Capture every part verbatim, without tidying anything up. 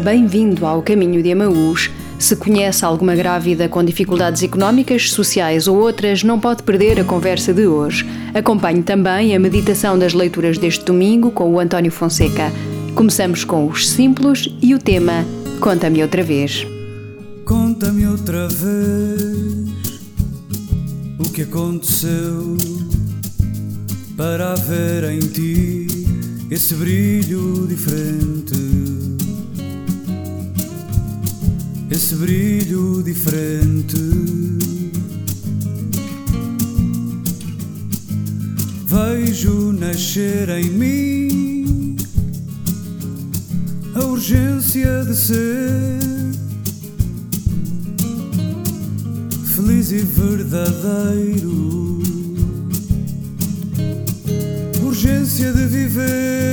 bem-vindo ao Caminho de Emaús. Se conhece alguma grávida com dificuldades económicas, sociais ou outras, não pode perder a conversa de hoje. Acompanhe também a meditação das leituras deste domingo com o António Fonseca. Começamos com os simples e o tema Conta-me outra vez. Conta-me outra vez o que aconteceu para haver em ti esse brilho diferente, esse brilho diferente. Vejo nascer em mim a urgência de ser feliz e verdadeiro, urgência de viver.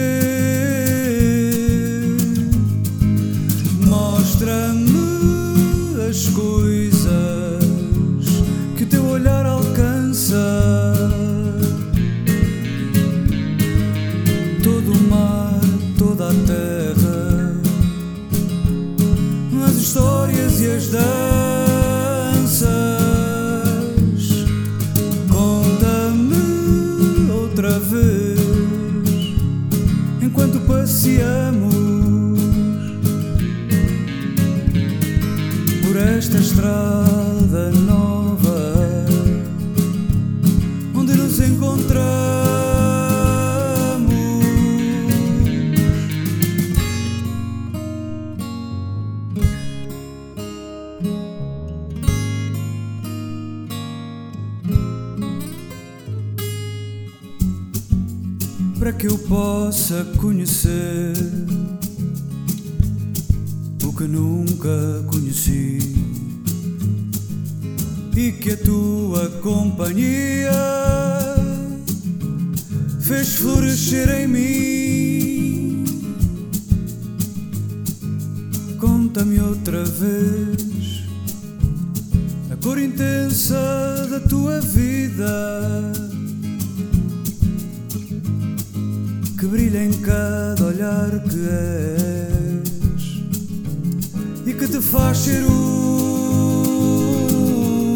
Mostra-me as coisas que o teu olhar alcança, todo o mar, toda a terra, as histórias e as danças. Conta-me outra vez enquanto passeamos por esta estrada nova onde nos encontramos. Para que eu possa conhecer o que nunca conheci e que a tua companhia fez florescer em mim. Conta-me outra vez a cor intensa da tua vida, que brilha em cada olhar que és e que te faz ser um.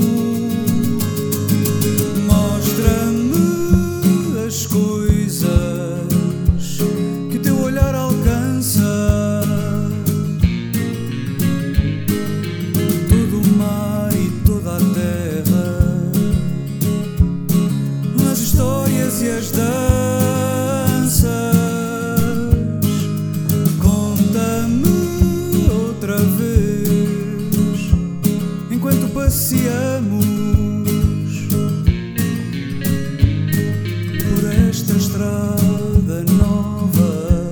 Mostra-me as coisas que o teu olhar alcança, todo o mar e toda a terra, as histórias e as danças. Conta-me outra vez enquanto passeamos por esta estrada nova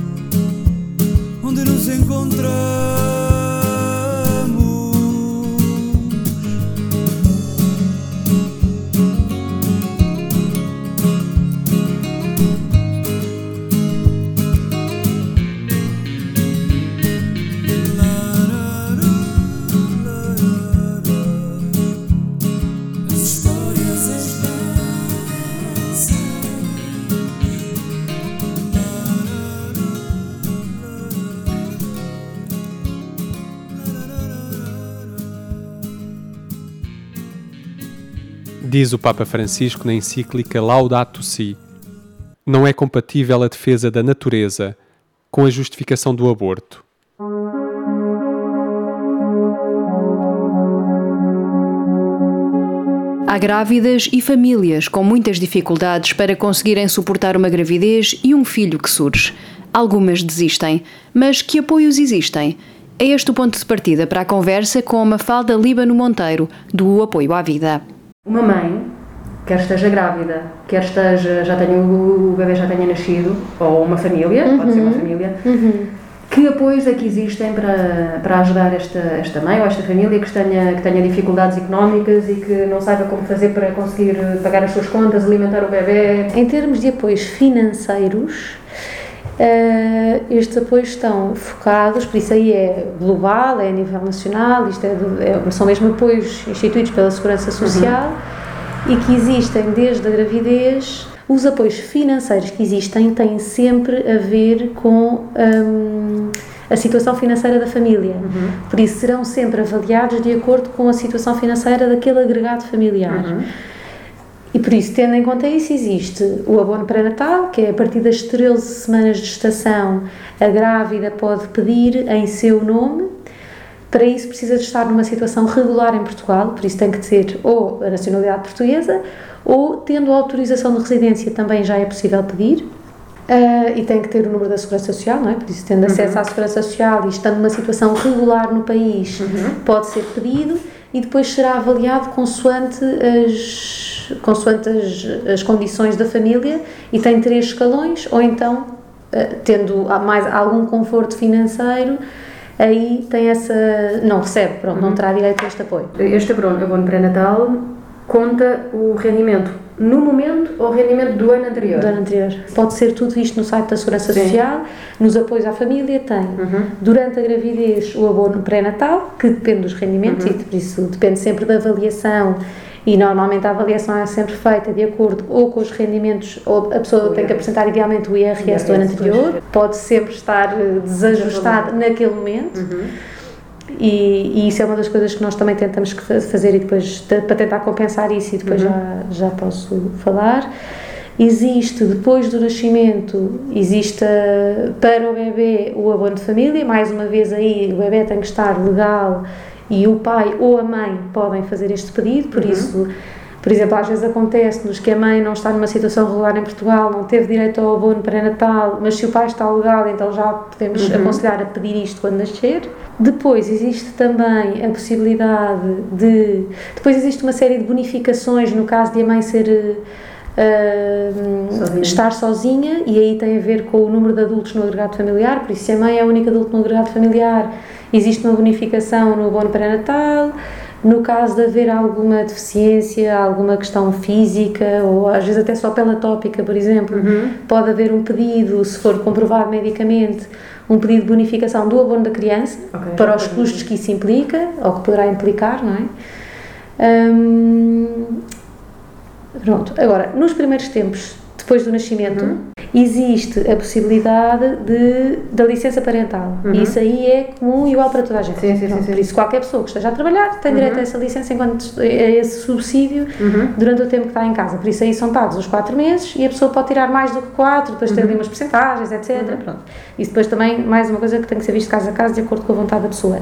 onde nos encontramos. Diz o Papa Francisco na encíclica Laudato Si: não é compatível a defesa da natureza com a justificação do aborto. Há grávidas e famílias com muitas dificuldades para conseguirem suportar uma gravidez e um filho que surge. Algumas desistem, mas que apoios existem? É este o ponto de partida para a conversa com a Mafalda Líbano Monteiro, do Apoio à Vida. Uma mãe, quer esteja grávida, quer esteja, já tenha, o bebê já tenha nascido, ou uma família, uhum. pode ser uma família, uhum. que apoios é que existem para, para ajudar esta, esta mãe ou esta família que tenha, que tenha dificuldades económicas e que não saiba como fazer para conseguir pagar as suas contas, alimentar o bebê? Em termos de apoios financeiros, uh, estes apoios estão focados, por isso aí é global, é a nível nacional, isto é, é, são mesmo apoios instituídos pela Segurança Social, uhum. e que existem desde a gravidez. Os apoios financeiros que existem têm sempre a ver com um, a situação financeira da família. Uhum. Por isso, serão sempre avaliados de acordo com a situação financeira daquele agregado familiar. Uhum. E por isso, tendo em conta isso, existe o abono pré-natal, que é a partir das treze semanas de gestação, a grávida pode pedir em seu nome. Para isso precisa de estar numa situação regular em Portugal, por isso tem que ter ou a nacionalidade portuguesa, ou tendo autorização de residência também já é possível pedir. Uh, e tem que ter o número da Segurança Social, não é? Por isso, tendo acesso Uhum. à Segurança Social e estando numa situação regular no país, Uhum. pode ser pedido e depois será avaliado consoante as, consoante as, as condições da família e tem três escalões, ou então, uh, tendo mais algum conforto financeiro, aí tem essa... não recebe, pronto, Uhum. não terá direito a este apoio. Este abono, abono pré-natal conta o rendimento no momento ou o rendimento do ano anterior? Do ano anterior. Pode ser tudo visto no site da Segurança Sim. Social, nos apoios à família tem. Uhum. Durante a gravidez o abono pré-natal, que depende dos rendimentos Uhum. e por isso depende sempre da avaliação e normalmente a avaliação é sempre feita de acordo ou com os rendimentos, ou a pessoa O tem que I R S. apresentar idealmente o I R S do ano I R S, anterior, pois. pode sempre estar eh, desajustado naquele momento. Uhum. E, e isso é uma das coisas que nós também tentamos que fa- fazer e depois de- para tentar compensar isso e depois Uhum. já, já posso falar. Existe, depois do nascimento, existe uh, para o bebê o abono de família, mais uma vez aí o bebê tem que estar legal e o pai ou a mãe podem fazer este pedido, por Uhum. isso, por exemplo, às vezes acontece-nos que a mãe não está numa situação regular em Portugal, não teve direito ao abono pré-natal, mas se o pai está legal, então já podemos Uhum. aconselhar a pedir isto quando nascer. Depois existe também a possibilidade de... Depois existe uma série de bonificações no caso de a mãe ser... Uh, Sozinha. estar sozinha, e aí tem a ver com o número de adultos no agregado familiar, por isso se a mãe é o único adulto no agregado familiar, existe uma bonificação no abono pré-natal. No caso de haver alguma deficiência, alguma questão física, ou às vezes até só pela tópica, por exemplo, Uhum. pode haver um pedido, se for comprovado medicamente, um pedido de bonificação do abono da criança, Ok. para os custos que isso implica, ou que poderá implicar, não é? Hum, pronto. Agora, nos primeiros tempos, depois do nascimento, Uhum. existe a possibilidade de, da licença parental. Uhum. E isso aí é comum e igual para toda a gente. Sim, sim, Pronto, sim, sim. Por isso, qualquer pessoa que esteja a trabalhar tem Uhum. direito a essa licença enquanto a esse subsídio Uhum. durante o tempo que está em casa. Por isso, aí são pagos os quatro meses e a pessoa pode tirar mais do que quatro, depois ter ali umas percentagens, etcétera. Uhum. Pronto. Isso depois também, mais uma coisa que tem que ser visto caso a caso, de acordo com a vontade da pessoa.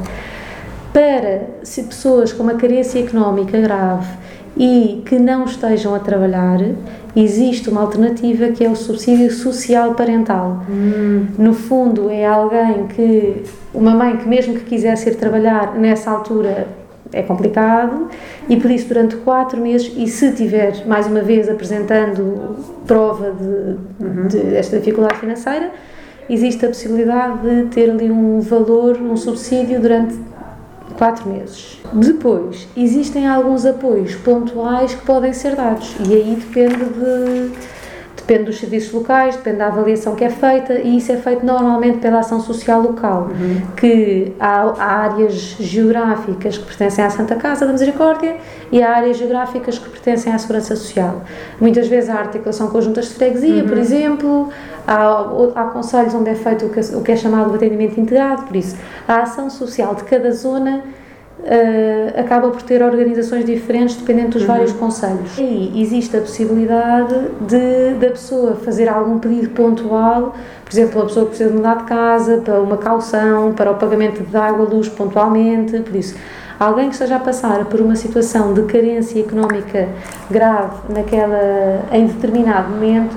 Para se pessoas com uma carência económica grave e que não estejam a trabalhar, existe uma alternativa que é o subsídio social parental. Hum. No fundo, é alguém que, uma mãe que mesmo que quisesse ir trabalhar nessa altura é complicado e por isso durante quatro meses, e se tiver mais uma vez apresentando prova de, de esta dificuldade financeira, existe a possibilidade de ter ali um valor, um subsídio durante quatro meses. Depois, existem alguns apoios pontuais que podem ser dados e aí depende de, depende dos serviços locais, depende da avaliação que é feita e isso é feito normalmente pela ação social local, Uhum. que há, há áreas geográficas que pertencem à Santa Casa da Misericórdia e há áreas geográficas que pertencem à Segurança Social. Muitas vezes há articulação com juntas de freguesia, Uhum. por exemplo, há, há conselhos onde é feito o que, o que é chamado de atendimento integrado, por isso a ação social de cada zona Uh, acaba por ter organizações diferentes dependendo dos Uhum. vários concelhos. E existe a possibilidade de da pessoa fazer algum pedido pontual, por exemplo, a pessoa que precisa de mudar de casa, para uma caução, para o pagamento de água, luz pontualmente, por isso, alguém que esteja a passar por uma situação de carência económica grave naquela, em determinado momento,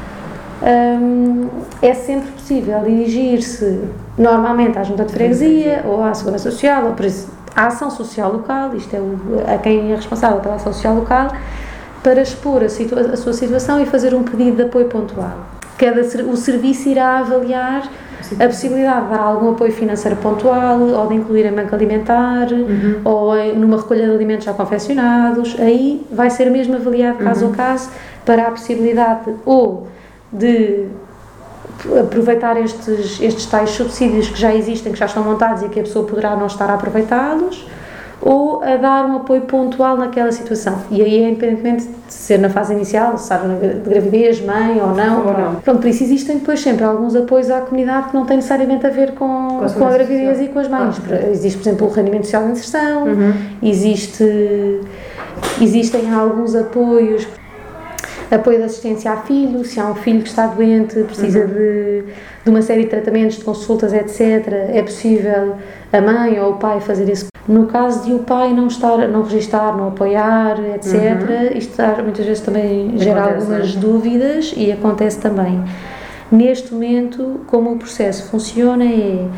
hum, é sempre possível dirigir-se normalmente à junta de freguesia ou à Segurança Social, ou por isso, à ação social local, isto é o, a quem é responsável pela ação social local, para expor a, situa a sua situação e fazer um pedido de apoio pontual. Cada, o serviço irá avaliar a possibilidade de dar algum apoio financeiro pontual, ou de incluir em banco alimentar, Uhum. ou em, numa recolha de alimentos já confeccionados. Aí vai ser mesmo avaliado caso Uhum. a caso para a possibilidade ou de aproveitar estes, estes tais subsídios que já existem, que já estão montados e que a pessoa poderá não estar a aproveitá-los, ou a dar um apoio pontual naquela situação. E aí é independentemente de ser na fase inicial, se está de gravidez, mãe ou não. Ou não. Pronto, por isso existem depois sempre alguns apoios à comunidade que não têm necessariamente a ver com, Com a com a gravidez social. e com as mães. Ah. Existe, por exemplo, o rendimento social de inserção, Uhum. existe, existem alguns apoios, apoio de assistência a filho, se há um filho que está doente, precisa Uhum. de, de uma série de tratamentos, de consultas, etcétera, é possível a mãe ou o pai fazer esse. No caso de o pai não estar, não registar, não apoiar, etcétera, Uhum. isto muitas vezes também gera Acontece, algumas não é? dúvidas e acontece também. Neste momento, como o processo funciona é,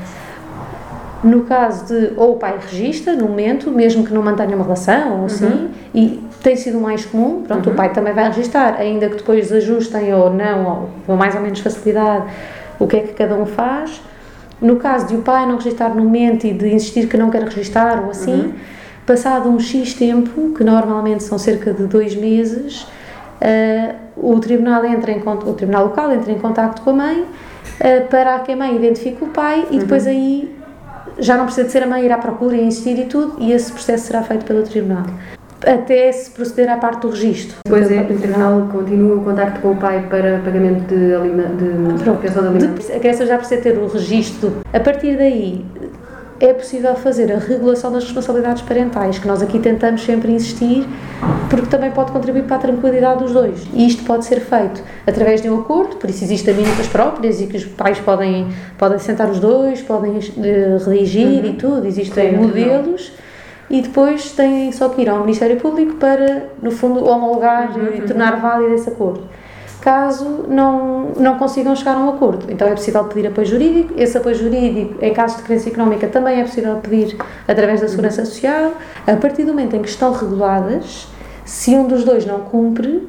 no caso de, ou o pai registra no momento, mesmo que não mantenha uma relação ou assim, Uhum. e tem sido o mais comum, pronto, Uhum. o pai também vai registar, ainda que depois ajustem ou não, ou com mais ou menos facilidade, o que é que cada um faz. No caso de o pai não registrar no momento e de insistir que não quer registrar ou assim, Uhum. passado um X tempo, que normalmente são cerca de dois meses, uh, o tribunal entra em o tribunal local entra em contacto com a mãe uh, para que a mãe identifique o pai e depois Uhum. aí já não precisa de ser a mãe ir à procura e insistir e tudo, e esse processo será feito pelo tribunal até se proceder à parte do registro. Depois é, o tribunal continua o contacto com o pai para pagamento de, alima, de Pronto. pensão de alimentos. De- a criança já precisa ter o registro. A partir daí é possível fazer a regulação das responsabilidades parentais, que nós aqui tentamos sempre insistir, porque também pode contribuir para a tranquilidade dos dois. E isto pode ser feito através de um acordo, por isso existem minutas próprias e que os pais podem, podem sentar os dois, podem eh, redigir Uhum. e tudo, existem Sim, modelos. E depois têm só que ir ao Ministério Público para, no fundo, homologar Uhum, e uhum. tornar válido esse acordo. Caso não, não consigam chegar a um acordo, então é possível pedir apoio jurídico. Esse apoio jurídico, em caso de carência económica, também é possível pedir através da Segurança Social. A partir do momento em que estão reguladas, se um dos dois não cumpre,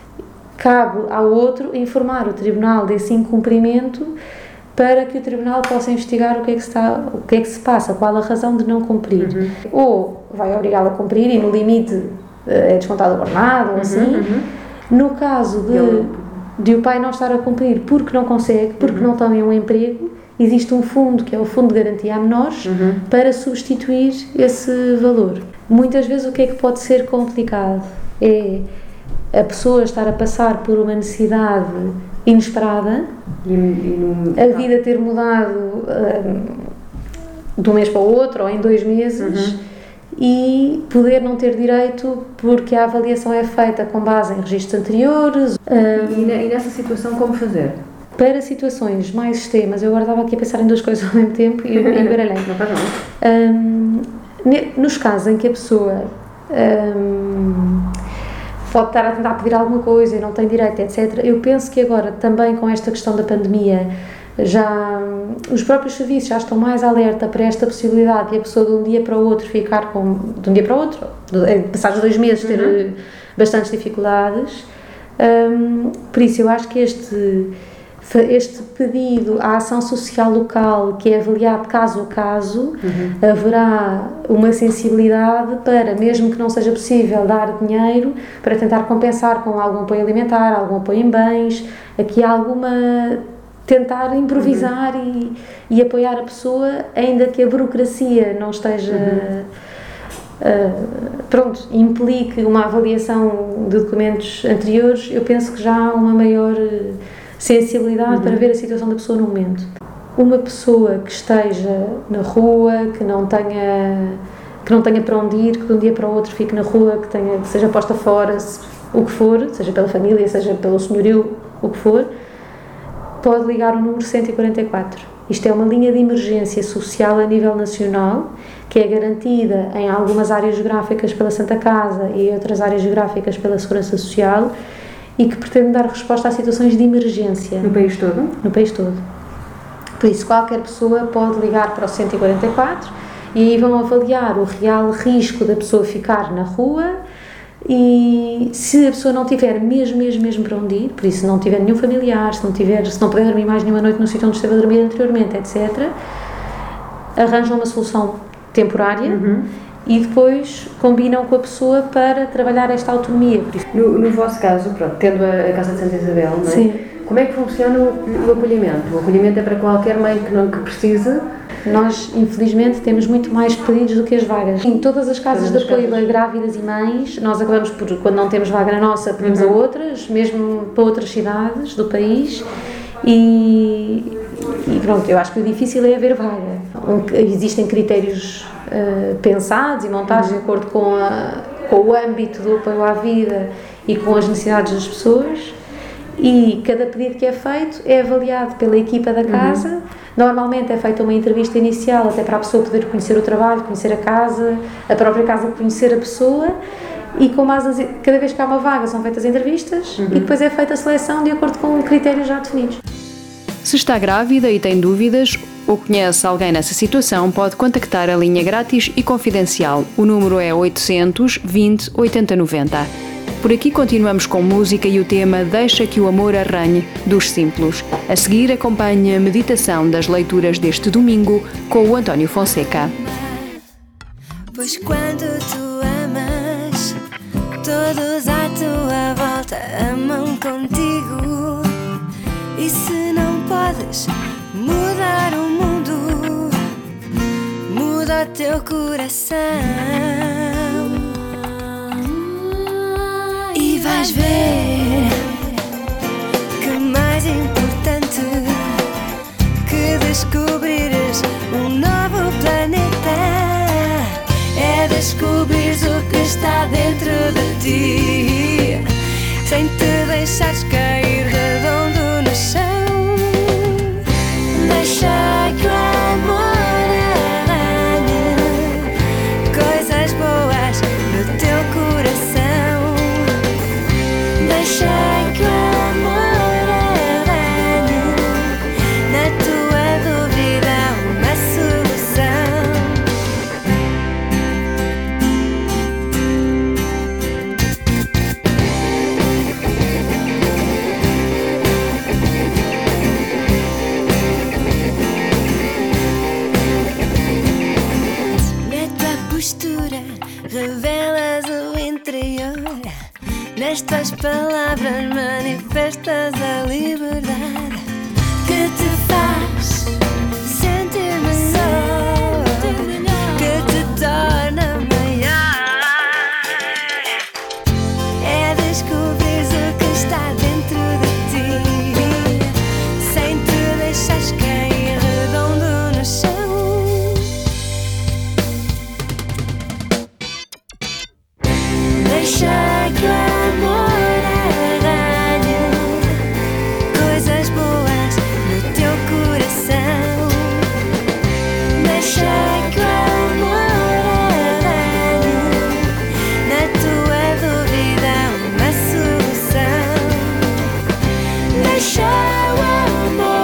cabe ao outro informar o tribunal desse incumprimento para que o tribunal possa investigar o que é que se, está, o que é que se passa, qual a razão de não cumprir. Uhum. Ou vai obrigá-lo a cumprir e no limite eh, é descontado o ordenado ou assim. Uhum. No caso de, Ele- de o pai não estar a cumprir porque não consegue, porque Uhum. não tem um emprego, existe um fundo que é o Fundo de Garantia a Menores Uhum. para substituir esse valor. Muitas vezes o que é que pode ser complicado é a pessoa estar a passar por uma necessidade inesperada, E, e no, a vida ter mudado hum, de um mês para o outro ou em dois meses Uhum. e poder não ter direito porque a avaliação é feita com base em registros anteriores. E, hum, e ne- e nessa situação, como fazer? Para situações mais extremas, eu agora estava aqui a pensar em duas coisas ao mesmo tempo e embaralhei. Não faz mal. Hum, ne- nos casos em que a pessoa hum, pode estar a tentar pedir alguma coisa e não tem direito, etcétera, eu penso que agora, também com esta questão da pandemia, já hum, os próprios serviços já estão mais alerta para esta possibilidade de a pessoa de um dia para o outro ficar com, de um dia para o outro, de, passados dois meses ter Uhum. eh, bastantes dificuldades. Hum, por isso eu acho que este este pedido à ação social local, que é avaliado caso a caso, Uhum. haverá uma sensibilidade para, mesmo que não seja possível dar dinheiro, para tentar compensar com algum apoio alimentar, algum apoio em bens, aqui há alguma... tentar improvisar Uhum. e, e apoiar a pessoa, ainda que a burocracia não esteja... Uhum. Uh, pronto, implique uma avaliação de documentos anteriores, eu penso que já há uma maior uh, sensibilidade Uhum. para ver a situação da pessoa no momento. Uma pessoa que esteja na rua, que não tenha, que não tenha para onde ir, que de um dia para o outro fique na rua, que, tenha, que seja posta fora, se, o que for, seja pela família, seja pelo senhorio, o que for, pode ligar o número cento e quarenta e quatro. Isto é uma linha de emergência social a nível nacional, que é garantida em algumas áreas geográficas pela Santa Casa e em outras áreas geográficas pela Segurança Social, e que pretende dar resposta a situações de emergência No país todo? no país todo. Por isso, qualquer pessoa pode ligar para o cento e quarenta e quatro e aí vão avaliar o real risco da pessoa ficar na rua, e se a pessoa não tiver mesmo, mesmo, mesmo para onde ir, por isso se não tiver nenhum familiar, se não, tiver, se não puder dormir mais nenhuma noite no sítio onde esteve a dormir anteriormente, etcétera, arranjam uma solução temporária. Uhum. E depois combinam com a pessoa para trabalhar esta autonomia. Por isso, No, no vosso caso, pronto, tendo a, a Casa de Santa Isabel, não é? sim. Como é que funciona o, o acolhimento? O acolhimento é para qualquer mãe que, não, que precise? nós, infelizmente, temos muito mais pedidos do que as vagas. Em todas as casas de apoio a grávidas e mães, nós acabamos por, quando não temos vaga na nossa, pedimos uhum. a outras, mesmo para outras cidades do país. E, e pronto, eu acho que o difícil é haver vaga. Existem critérios uh, pensados e montados de acordo com, a, com o âmbito do apoio à vida e com as necessidades das pessoas, e cada pedido que é feito é avaliado pela equipa da casa. Uhum. Normalmente é feita uma entrevista inicial até para a pessoa poder conhecer o trabalho, conhecer a casa, a própria casa conhecer a pessoa, e com base nas, cada vez que há uma vaga são feitas entrevistas uhum. e depois é feita a seleção de acordo com critérios já definidos. Se está grávida e tem dúvidas ou conhece alguém nessa situação, pode contactar a linha grátis e confidencial. O número é oitocentos, vinte, oitenta, noventa. Por aqui continuamos com música e o tema Deixa que o amor arranhe, dos Simplos. A seguir acompanhe a meditação das leituras deste domingo com o António Fonseca. Pois quando tu amas, todos à tua volta amam contigo. E se não podes mudar o mundo, muda o teu coração. E vais ver que mais importante que descobrires um novo planeta é descobrires o que está dentro de ti, sem te deixares cair redondo no chão. Deixa que o amor arranhe coisas boas no teu coração. Deixa que o amor arranhe na tua dúvida uma solução. Revelas o interior, nestas palavras manifestas a liberdade que te faz sentir melhor, que te torna maior. É descobrir o que está dentro de ti, sem te deixares cair redondo no chão. Deixa que o amor arranhe coisas boas no teu coração. Deixa que o amor arranhe na tua dúvida uma solução. Deixa o amor.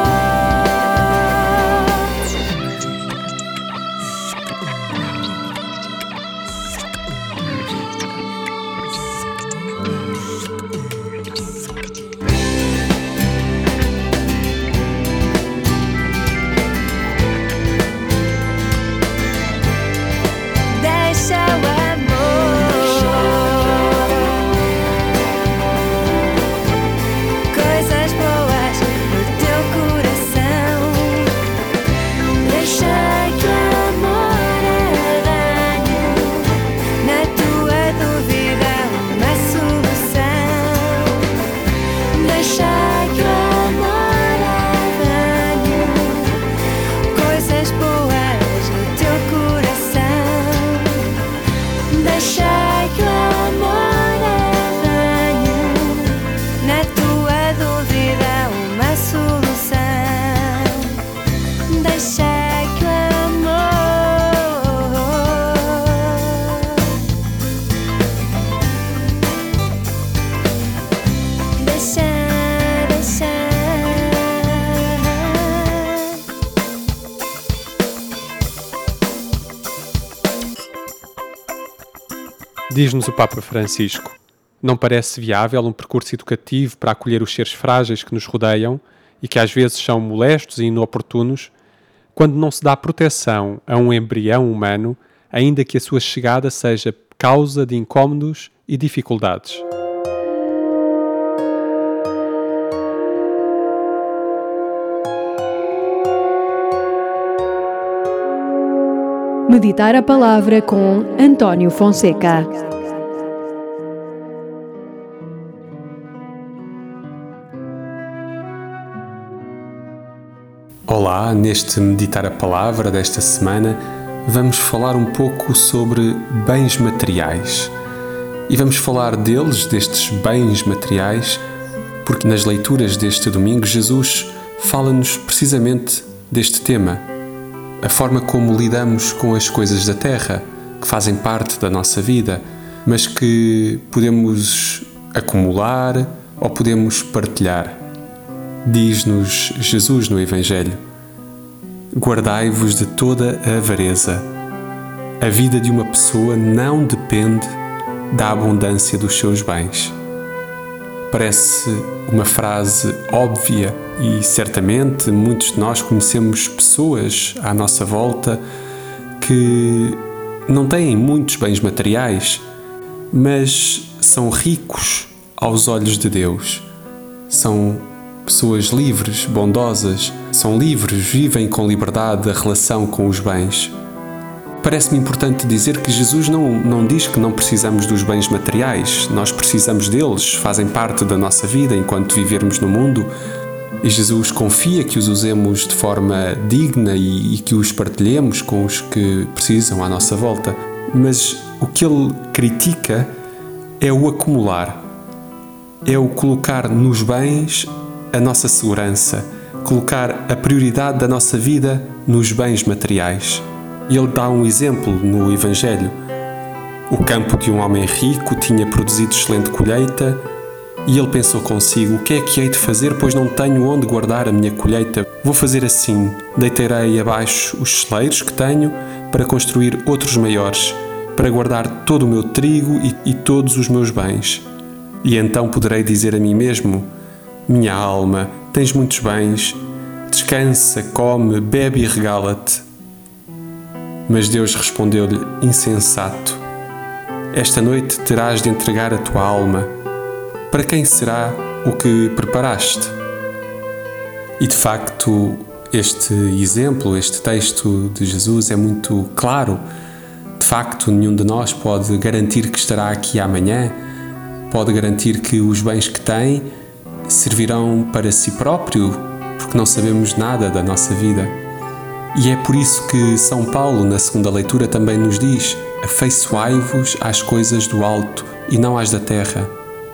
Deixa o amor, coisas boas no teu coração. Deixa que o amor arranhe na tua dúvida uma solução. Deixa que o amor arranhe coisas boas no teu coração. Deixa que o amor arranhe na tua dúvida uma solução. Deixa que o amor. Deixa, deixa. Diz-nos o Papa Francisco: não parece viável um percurso educativo para acolher os seres frágeis que nos rodeiam e que às vezes são molestos e inoportunos, quando não se dá proteção a um embrião humano, ainda que a sua chegada seja causa de incômodos e dificuldades. Meditar a Palavra com António Fonseca. Olá, neste Meditar a Palavra desta semana vamos falar um pouco sobre bens materiais. E vamos falar deles, destes bens materiais, porque nas leituras deste domingo Jesus fala-nos precisamente deste tema. A forma como lidamos com as coisas da terra, que fazem parte da nossa vida, mas que podemos acumular ou podemos partilhar. Diz-nos Jesus no Evangelho: guardai-vos de toda a avareza. A vida de uma pessoa não depende da abundância dos seus bens. Parece uma frase óbvia e certamente muitos de nós conhecemos pessoas à nossa volta que não têm muitos bens materiais, mas são ricos aos olhos de Deus. São pessoas livres, bondosas, são livres, vivem com liberdade a relação com os bens. Parece-me importante dizer que Jesus não, não diz que não precisamos dos bens materiais. Nós precisamos deles, fazem parte da nossa vida enquanto vivermos no mundo. E Jesus confia que os usemos de forma digna e, e que os partilhemos com os que precisam à nossa volta. Mas o que ele critica é o acumular. É o colocar nos bens a nossa segurança, colocar a prioridade da nossa vida nos bens materiais. E ele dá um exemplo no Evangelho. O campo de um homem rico tinha produzido excelente colheita e ele pensou consigo: o que é que hei de fazer, pois não tenho onde guardar a minha colheita? Vou fazer assim: deitarei abaixo os celeiros que tenho para construir outros maiores, para guardar todo o meu trigo e, e todos os meus bens. E então poderei dizer a mim mesmo: minha alma, tens muitos bens, descansa, come, bebe e regala-te. Mas Deus respondeu-lhe: insensato, esta noite terás de entregar a tua alma. Para quem será o que preparaste? E de facto, este exemplo, este texto de Jesus é muito claro. De facto, nenhum de nós pode garantir que estará aqui amanhã, pode garantir que os bens que tem servirão para si próprio, porque não sabemos nada da nossa vida. E é por isso que São Paulo, na segunda leitura, também nos diz: afeiçoai-vos às coisas do alto e não às da terra.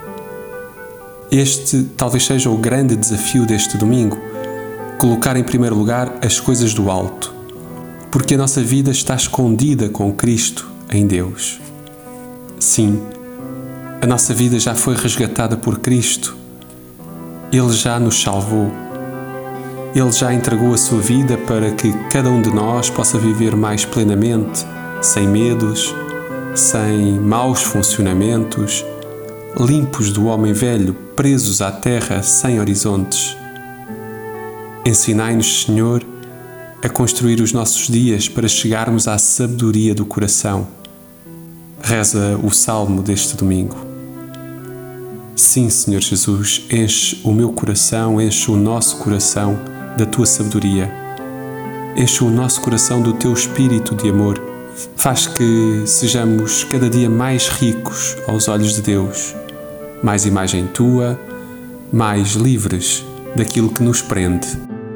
Este talvez seja o grande desafio deste domingo: colocar em primeiro lugar as coisas do alto, porque a nossa vida está escondida com Cristo em Deus. Sim, a nossa vida já foi resgatada por Cristo. Ele já nos salvou. Ele já entregou a sua vida para que cada um de nós possa viver mais plenamente, sem medos, sem maus funcionamentos, limpos do homem velho, presos à terra, sem horizontes. Ensinai-nos, Senhor, a construir os nossos dias para chegarmos à sabedoria do coração. Reza o salmo deste domingo. Sim, Senhor Jesus, enche o meu coração, enche o nosso coração da Tua sabedoria. Enche o nosso coração do Teu espírito de amor. Faz que sejamos cada dia mais ricos aos olhos de Deus, mais imagem Tua, mais livres daquilo que nos prende.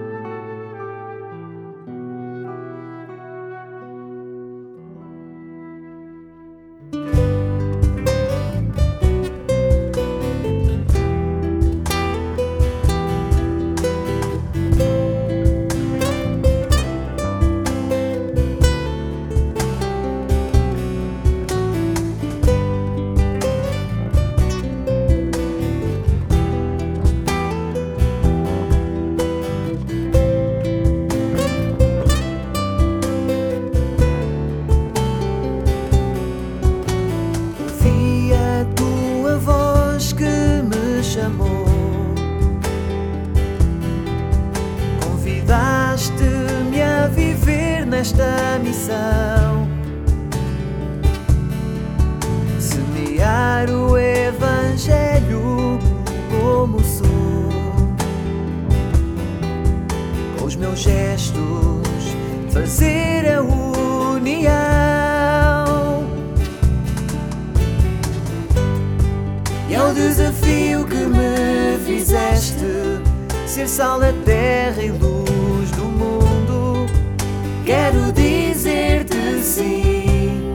nesta missão, semear o Evangelho como sou, com os meus gestos fazer a união. ao desafio que me fizeste, ser sal da terra e luz do mundo. Quero dizer-te sim,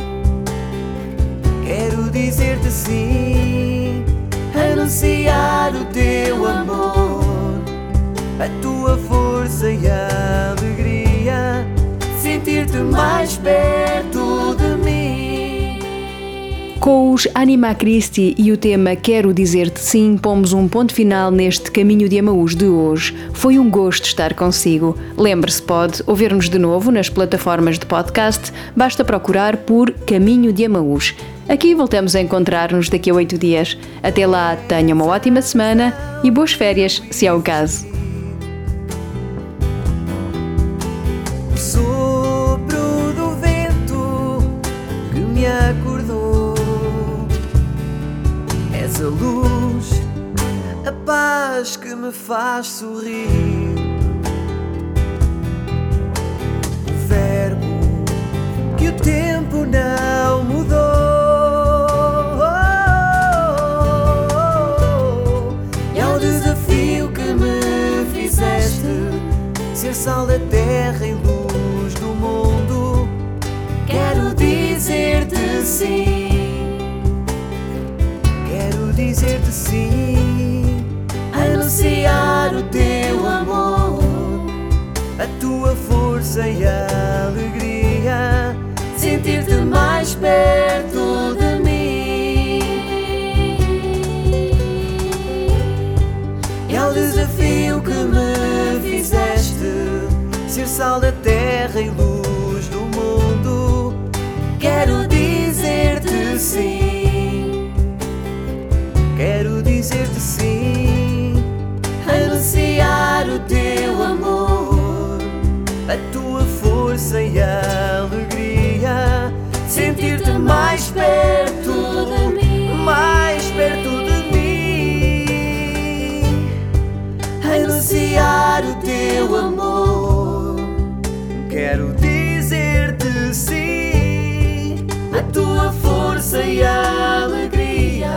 quero dizer-te sim, anunciar o teu amor, a tua força e a alegria, sentir-te mais perto de mim. Com os Anima Christi e o tema Quero Dizer-te Sim, pomos um ponto final neste Caminho de Emaús de hoje. Foi um gosto estar consigo. Lembre-se, pode ouvir-nos de novo nas plataformas de podcast, basta procurar por Caminho de Emaús. Aqui voltamos a encontrar-nos daqui a oito dias. Até lá, tenha uma ótima semana e boas férias, se é o caso. O sopro do vento que me acordou, és a luz, a paz que me faz sorrir, o verbo que o tempo não mudou. E ao desafio que me fizeste, ser sal da terra e luz do mundo, quero dizer-te sim, quero dizer-te sim, anunciar o teu amor, a tua força e a alegria, sentir-te mais perto de mim. E ao desafio que me fizeste, ser sal da terra e luz do mundo, quero dizer-te sim, quero dizer-te sim, anunciar o teu amor, a tua força e a alegria, sentir-te mais perto de mim, mais perto de mim, anunciar o teu amor. Quero dizer-te sim, a tua força e a alegria.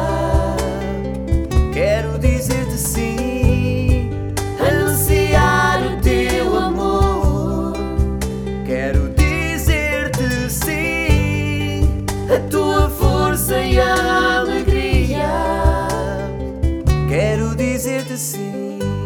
Quero dizer-te sim, anunciar o teu amor. Quero dizer-te sim, a tua força e a alegria. Quero dizer-te sim.